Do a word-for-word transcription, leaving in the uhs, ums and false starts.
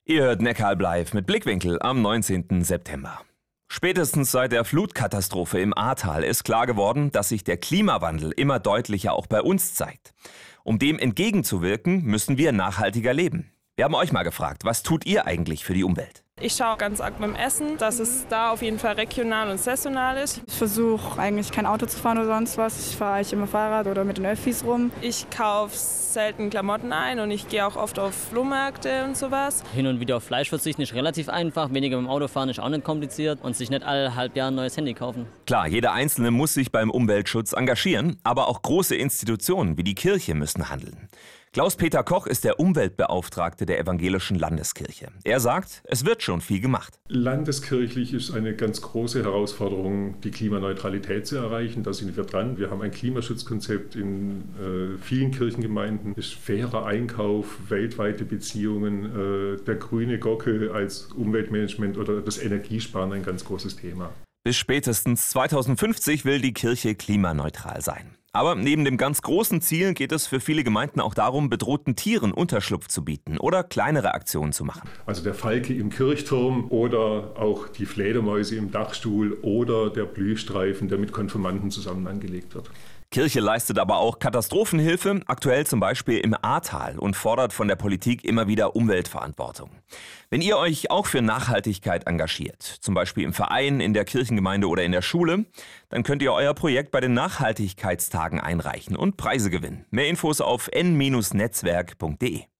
Ihr hört Neckaralb live mit Blickwinkel am neunzehnten September. Spätestens seit der Flutkatastrophe im Ahrtal ist klar geworden, dass sich der Klimawandel immer deutlicher auch bei uns zeigt. Um dem entgegenzuwirken, müssen wir nachhaltiger leben. Wir haben euch mal gefragt, was tut ihr eigentlich für die Umwelt? Ich schaue ganz arg beim Essen, dass es da auf jeden Fall regional und saisonal ist. Ich versuche eigentlich kein Auto zu fahren oder sonst was. Ich fahre eigentlich immer Fahrrad oder mit den Öffis rum. Ich kaufe selten Klamotten ein und ich gehe auch oft auf Flohmärkte und sowas. Hin und wieder auf Fleisch verzichten ist relativ einfach. Weniger mit dem Auto fahren ist auch nicht kompliziert. Und sich nicht alle halb Jahr ein neues Handy kaufen. Klar, jeder Einzelne muss sich beim Umweltschutz engagieren, aber auch große Institutionen wie die Kirche müssen handeln. Klaus-Peter Koch ist der Umweltbeauftragte der Evangelischen Landeskirche. Er sagt, es wird schon viel gemacht. Landeskirchlich ist eine ganz große Herausforderung, die Klimaneutralität zu erreichen. Da sind wir dran. Wir haben ein Klimaschutzkonzept in äh, vielen Kirchengemeinden. Das ist fairer Einkauf, weltweite Beziehungen, äh, der grüne Gockel als Umweltmanagement oder das Energiesparen ein ganz großes Thema. Bis spätestens zweitausendfünfzig will die Kirche klimaneutral sein. Aber neben dem ganz großen Ziel geht es für viele Gemeinden auch darum, bedrohten Tieren Unterschlupf zu bieten oder kleinere Aktionen zu machen. Also der Falke im Kirchturm oder auch die Fledermäuse im Dachstuhl oder der Blühstreifen, der mit Konfirmanden zusammen angelegt wird. Kirche leistet aber auch Katastrophenhilfe, aktuell zum Beispiel im Ahrtal, und fordert von der Politik immer wieder Umweltverantwortung. Wenn ihr euch auch für Nachhaltigkeit engagiert, zum Beispiel im Verein, in der Kirchengemeinde oder in der Schule, dann könnt ihr euer Projekt bei den Nachhaltigkeitstagen einreichen und Preise gewinnen. Mehr Infos auf n Bindestrich netzwerk punkt de.